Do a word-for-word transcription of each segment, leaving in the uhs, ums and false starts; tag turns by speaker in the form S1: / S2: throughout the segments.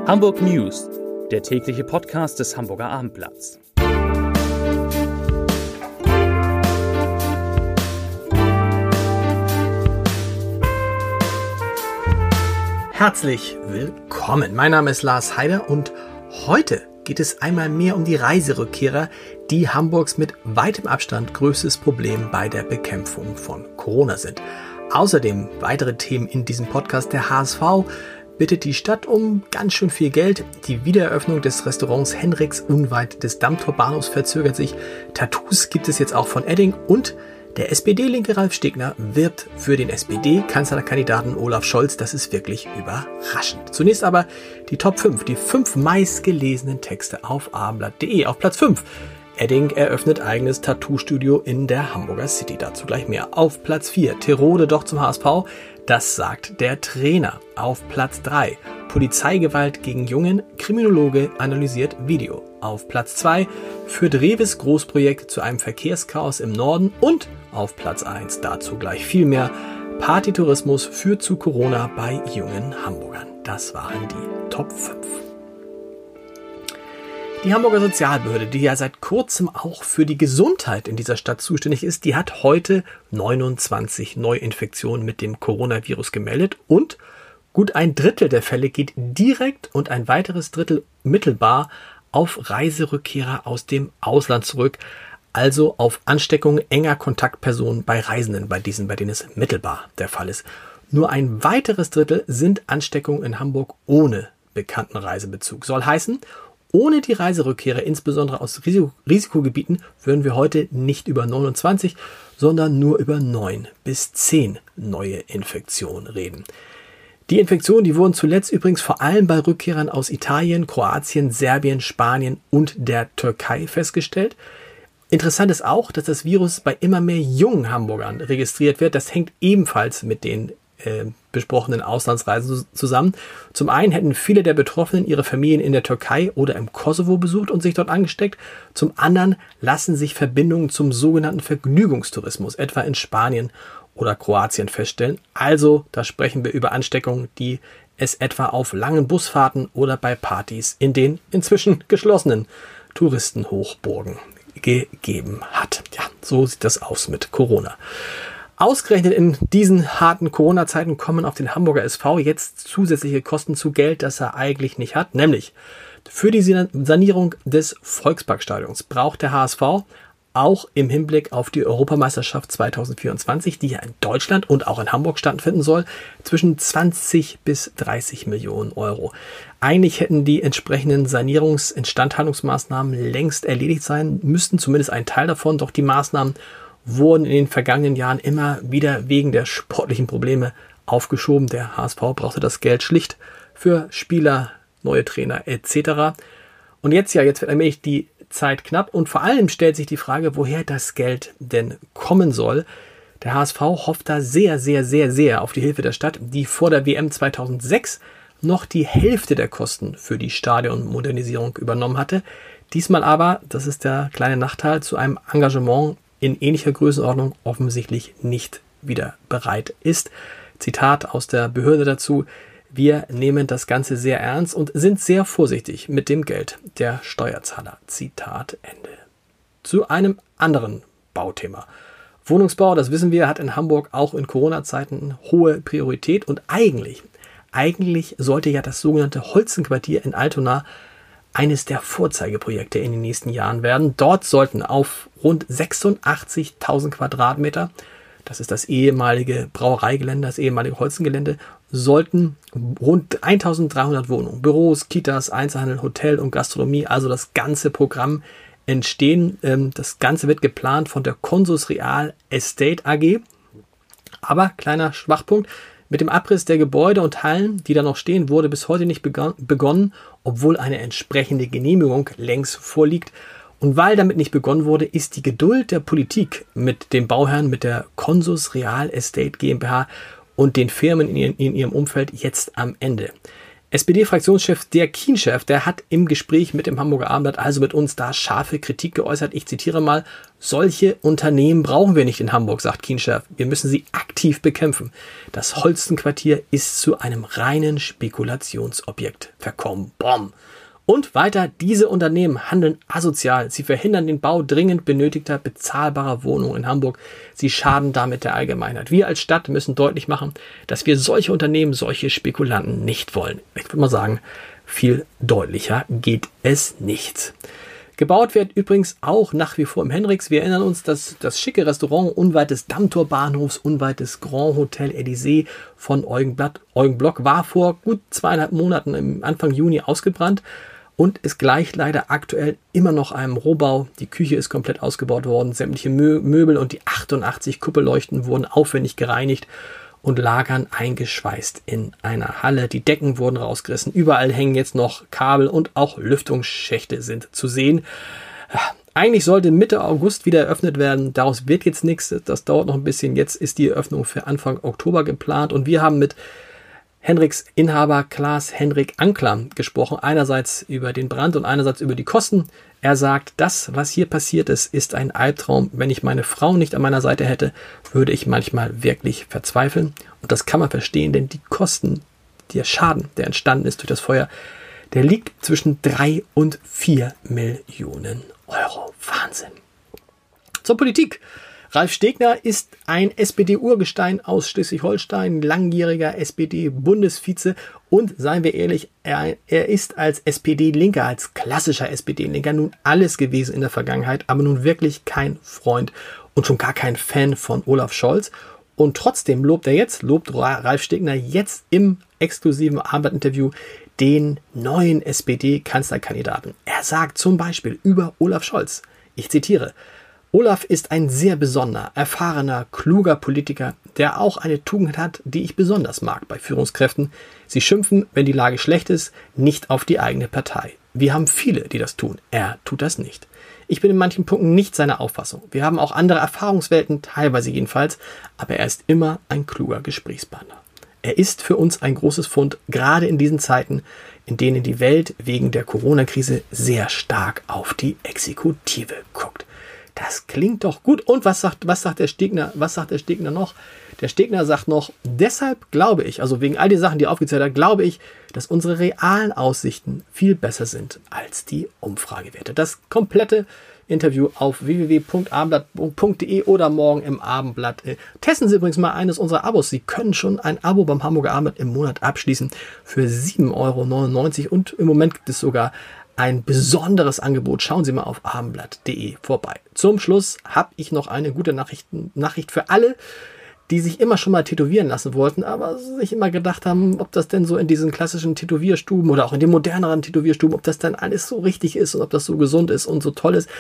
S1: Hamburg News, der tägliche Podcast des Hamburger Abendblatts.
S2: Herzlich willkommen. Mein Name ist Lars Heider und heute geht es einmal mehr um die Reiserückkehrer, die Hamburgs mit weitem Abstand größtes Problem bei der Bekämpfung von Corona sind. Außerdem weitere Themen in diesem Podcast. Der H S V bittet die Stadt um ganz schön viel Geld. Die Wiedereröffnung des Restaurants Henriks unweit des Dammtor-Bahnhofs verzögert sich. Tattoos gibt es jetzt auch von Edding und der S P D-Linke Ralf Stegner wirbt für den S P D-Kanzlerkandidaten Olaf Scholz. Das ist wirklich überraschend. Zunächst aber die Top fünf, die fünf meistgelesenen Texte auf abendblatt punkt de. Auf Platz fünf. Edding eröffnet eigenes Tattoo-Studio in der Hamburger City. Dazu gleich mehr. Auf Platz vier. Terodde doch zum H S V. Das sagt der Trainer. Auf Platz drei. Polizeigewalt gegen Jungen. Kriminologe analysiert Video. Auf Platz zwei. Führt Reves Großprojekt zu einem Verkehrschaos im Norden. Und auf Platz eins. Dazu gleich viel mehr. Partytourismus führt zu Corona bei jungen Hamburgern. Das waren die Top fünf. Die Hamburger Sozialbehörde, die ja seit kurzem auch für die Gesundheit in dieser Stadt zuständig ist, die hat heute neunundzwanzig Neuinfektionen mit dem Coronavirus gemeldet und gut ein Drittel der Fälle geht direkt und ein weiteres Drittel mittelbar auf Reiserückkehrer aus dem Ausland zurück, also auf Ansteckung enger Kontaktpersonen bei Reisenden, bei diesen, bei denen es mittelbar der Fall ist. Nur ein weiteres Drittel sind Ansteckungen in Hamburg ohne bekannten Reisebezug. Soll heißen, ohne die Reiserückkehrer, insbesondere aus Risiko- Risikogebieten, würden wir heute nicht über neunundzwanzig, sondern nur über neun bis zehn neue Infektionen reden. Die Infektionen, die wurden zuletzt übrigens vor allem bei Rückkehrern aus Italien, Kroatien, Serbien, Spanien und der Türkei festgestellt. Interessant ist auch, dass das Virus bei immer mehr jungen Hamburgern registriert wird. Das hängt ebenfalls mit den äh, besprochenen Auslandsreisen zusammen. Zum einen hätten viele der Betroffenen ihre Familien in der Türkei oder im Kosovo besucht und sich dort angesteckt. Zum anderen lassen sich Verbindungen zum sogenannten Vergnügungstourismus, etwa in Spanien oder Kroatien, feststellen. Also, da sprechen wir über Ansteckungen, die es etwa auf langen Busfahrten oder bei Partys in den inzwischen geschlossenen Touristenhochburgen gegeben hat. Ja, so sieht das aus mit Corona. Ausgerechnet in diesen harten Corona-Zeiten kommen auf den Hamburger S V jetzt zusätzliche Kosten zu Geld, das er eigentlich nicht hat. Nämlich für die Sanierung des Volksparkstadions braucht der H S V auch im Hinblick auf die Europameisterschaft zweitausendvierundzwanzig, die ja in Deutschland und auch in Hamburg stattfinden soll, zwischen zwanzig bis dreißig Millionen Euro. Eigentlich hätten die entsprechenden Sanierungs-, Instandhaltungsmaßnahmen längst erledigt sein, müssten zumindest ein Teil davon, doch die Maßnahmen wurden in den vergangenen Jahren immer wieder wegen der sportlichen Probleme aufgeschoben. Der H S V brauchte das Geld schlicht für Spieler, neue Trainer et cetera. Und jetzt ja, jetzt wird allmählich die Zeit knapp und vor allem stellt sich die Frage, woher das Geld denn kommen soll. Der H S V hofft da sehr, sehr, sehr, sehr auf die Hilfe der Stadt, die vor der W M zweitausendsechs noch die Hälfte der Kosten für die Stadionmodernisierung übernommen hatte. Diesmal aber, das ist der kleine Nachteil, zu einem Engagement in ähnlicher Größenordnung offensichtlich nicht wieder bereit ist. Zitat aus der Behörde dazu: Wir nehmen das Ganze sehr ernst und sind sehr vorsichtig mit dem Geld der Steuerzahler. Zitat Ende. Zu einem anderen Bauthema. Wohnungsbau, das wissen wir, hat in Hamburg auch in Corona-Zeiten hohe Priorität und eigentlich, eigentlich sollte ja das sogenannte Holzenquartier in Altona eines der Vorzeigeprojekte in den nächsten Jahren werden. Dort sollten auf rund sechsundachtzigtausend Quadratmeter, das ist das ehemalige Brauereigelände, das ehemalige Holzengelände, sollten rund eintausenddreihundert Wohnungen, Büros, Kitas, Einzelhandel, Hotel und Gastronomie, also das ganze Programm entstehen. Das Ganze wird geplant von der Consus Real Estate A G. Aber kleiner Schwachpunkt: Mit dem Abriss der Gebäude und Hallen, die da noch stehen, wurde bis heute nicht begonnen, obwohl eine entsprechende Genehmigung längst vorliegt. Und weil damit nicht begonnen wurde, ist die Geduld der Politik mit dem Bauherrn, mit der Consus Real Estate GmbH und den Firmen in, in ihrem Umfeld jetzt am Ende. S P D-Fraktionschef der Kien-Chef, der hat im Gespräch mit dem Hamburger Abendblatt, also mit uns, da scharfe Kritik geäußert. Ich zitiere mal: Solche Unternehmen brauchen wir nicht in Hamburg, sagt Kien-Chef. Wir müssen sie aktiv bekämpfen. Das Holstenquartier ist zu einem reinen Spekulationsobjekt verkommen. Bom. Und weiter: Diese Unternehmen handeln asozial. Sie verhindern den Bau dringend benötigter, bezahlbarer Wohnungen in Hamburg. Sie schaden damit der Allgemeinheit. Wir als Stadt müssen deutlich machen, dass wir solche Unternehmen, solche Spekulanten nicht wollen. Ich würde mal sagen, viel deutlicher geht es nicht. Gebaut wird übrigens auch nach wie vor im Henriks. Wir erinnern uns, dass das schicke Restaurant unweit des Dammtorbahnhofs, unweit des Grand Hotel Elysée von Eugen Blatt, Eugen Block war vor gut zweieinhalb Monaten im Anfang Juni ausgebrannt und ist gleich leider aktuell immer noch einem Rohbau. Die Küche ist komplett ausgebaut worden, sämtliche Mö- Möbel und die achtundachtzig Kuppelleuchten wurden aufwendig gereinigt und lagern eingeschweißt in einer Halle. Die Decken wurden rausgerissen, überall hängen jetzt noch Kabel und auch Lüftungsschächte sind zu sehen. Eigentlich sollte Mitte August wieder eröffnet werden, daraus wird jetzt nichts, das dauert noch ein bisschen. Jetzt ist die Eröffnung für Anfang Oktober geplant und wir haben mit Henriks Inhaber Klaas-Henrik Anklam gesprochen, einerseits über den Brand und einerseits über die Kosten. Er sagt, das, was hier passiert ist, ist ein Albtraum. Wenn ich meine Frau nicht an meiner Seite hätte, würde ich manchmal wirklich verzweifeln. Und das kann man verstehen, denn die Kosten, der Schaden, der entstanden ist durch das Feuer, der liegt zwischen drei und vier Millionen Euro. Wahnsinn. Zur Politik. Ralf Stegner ist ein S P D-Urgestein aus Schleswig-Holstein, langjähriger S P D-Bundesvize und, seien wir ehrlich, er, er ist als S P D-Linker, als klassischer S P D-Linker nun alles gewesen in der Vergangenheit, aber nun wirklich kein Freund und schon gar kein Fan von Olaf Scholz. Und trotzdem lobt er jetzt, lobt Ralf Stegner jetzt im exklusiven Abendblatt-Interview den neuen S P D-Kanzlerkandidaten. Er sagt zum Beispiel über Olaf Scholz, ich zitiere: Olaf ist ein sehr besonderer, erfahrener, kluger Politiker, der auch eine Tugend hat, die ich besonders mag bei Führungskräften. Sie schimpfen, wenn die Lage schlecht ist, nicht auf die eigene Partei. Wir haben viele, die das tun. Er tut das nicht. Ich bin in manchen Punkten nicht seiner Auffassung. Wir haben auch andere Erfahrungswelten, teilweise jedenfalls, aber er ist immer ein kluger Gesprächspartner. Er ist für uns ein großes Fund, gerade in diesen Zeiten, in denen die Welt wegen der Corona-Krise sehr stark auf die Exekutive guckt. Das klingt doch gut. Und was sagt, was sagt der Stegner, was sagt der Stegner noch? Der Stegner sagt noch, deshalb glaube ich, also wegen all den Sachen, die er aufgezählt hat, glaube ich, dass unsere realen Aussichten viel besser sind als die Umfragewerte. Das komplette Interview auf w w w punkt abendblatt punkt de oder morgen im Abendblatt. Testen Sie übrigens mal eines unserer Abos. Sie können schon ein Abo beim Hamburger Abendblatt im Monat abschließen für sieben Euro neunundneunzig und im Moment gibt es sogar ein besonderes Angebot. Schauen Sie mal auf abendblatt punkt de vorbei. Zum Schluss habe ich noch eine gute Nachricht, Nachricht für alle, die sich immer schon mal tätowieren lassen wollten, aber sich immer gedacht haben, ob das denn so in diesen klassischen Tätowierstuben oder auch in den moderneren Tätowierstuben, ob das dann alles so richtig ist und ob das so gesund ist und so toll ist.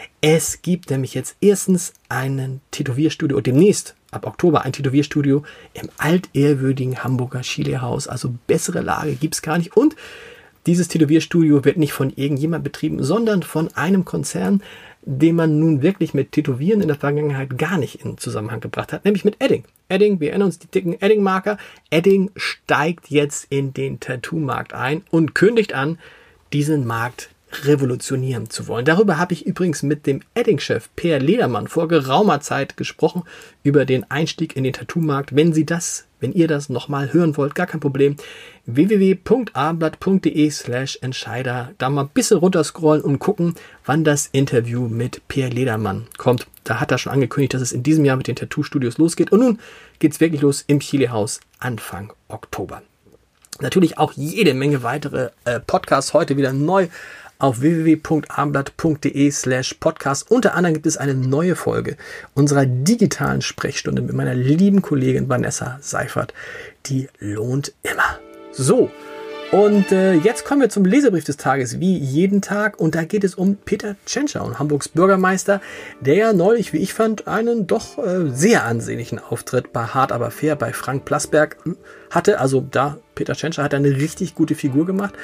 S2: Es gibt nämlich jetzt erstens einen Tätowierstudio und demnächst ab Oktober ein Tätowierstudio im altehrwürdigen Hamburger Chile-Haus. Also bessere Lage gibt es gar nicht. Und dieses Tätowierstudio wird nicht von irgendjemand betrieben, sondern von einem Konzern, den man nun wirklich mit Tätowieren in der Vergangenheit gar nicht in Zusammenhang gebracht hat, nämlich mit Edding. Edding, wir erinnern uns die dicken Edding-Marker. Edding steigt jetzt in den Tattoo-Markt ein und kündigt an, diesen Markt revolutionieren zu wollen. Darüber habe ich übrigens mit dem Edding-Chef Per Ledermann vor geraumer Zeit gesprochen, über den Einstieg in den Tattoo-Markt. Wenn Sie das, wenn ihr das nochmal hören wollt, gar kein Problem. w w w punkt abendblatt punkt de slash Entscheider. Da mal ein bisschen runterscrollen und gucken, wann das Interview mit Per Ledermann kommt. Da hat er schon angekündigt, dass es in diesem Jahr mit den Tattoo-Studios losgeht. Und nun geht's wirklich los im Chile-Haus Anfang Oktober. Natürlich auch jede Menge weitere äh, Podcasts heute wieder neu auf w w w punkt abendblatt punkt de slash podcast. Unter anderem gibt es eine neue Folge unserer digitalen Sprechstunde mit meiner lieben Kollegin Vanessa Seifert. Die lohnt immer. So, und äh, jetzt kommen wir zum Leserbrief des Tages, wie jeden Tag. Und da geht es um Peter Tschentscher und Hamburgs Bürgermeister, der ja neulich, wie ich fand, einen doch äh, sehr ansehnlichen Auftritt bei Hart aber fair bei Frank Plasberg hatte. Also da, Peter Tschentscher hat eine richtig gute Figur gemacht.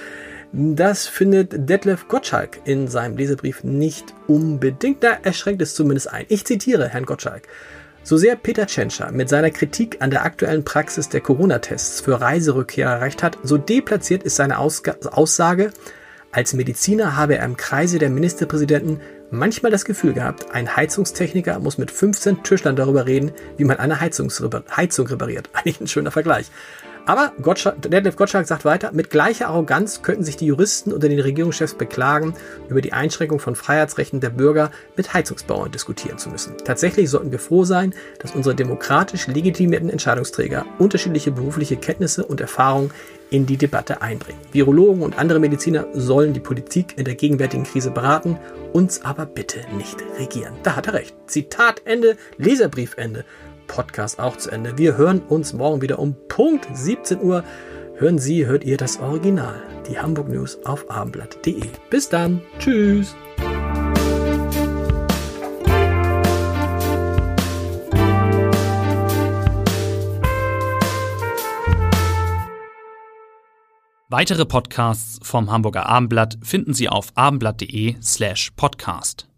S2: Das findet Detlef Gottschalk in seinem Leserbrief nicht unbedingt. Da erschränkt es zumindest ein. Ich zitiere Herrn Gottschalk. So sehr Peter Tschentscher mit seiner Kritik an der aktuellen Praxis der Corona-Tests für Reiserückkehrer recht hat, so deplatziert ist seine Ausg- Aussage, als Mediziner habe er im Kreise der Ministerpräsidenten manchmal das Gefühl gehabt, ein Heizungstechniker muss mit fünfzehn Tischlern darüber reden, wie man eine Heizungsrepa- Heizung repariert. Eigentlich ein schöner Vergleich. Aber Gottschalk, Detlef Gottschalk sagt weiter, mit gleicher Arroganz könnten sich die Juristen unter den Regierungschefs beklagen, über die Einschränkung von Freiheitsrechten der Bürger mit Heizungsbauern diskutieren zu müssen. Tatsächlich sollten wir froh sein, dass unsere demokratisch legitimierten Entscheidungsträger unterschiedliche berufliche Kenntnisse und Erfahrungen in die Debatte einbringen. Virologen und andere Mediziner sollen die Politik in der gegenwärtigen Krise beraten, uns aber bitte nicht regieren. Da hat er recht. Zitat Ende, Leserbrief Ende. Podcast auch zu Ende. Wir hören uns morgen wieder um Punkt siebzehn Uhr. Hören Sie, hört ihr das Original. Die Hamburg News auf abendblatt punkt de. Bis dann. Tschüss.
S1: Weitere Podcasts vom Hamburger Abendblatt finden Sie auf abendblatt punkt de slash podcast.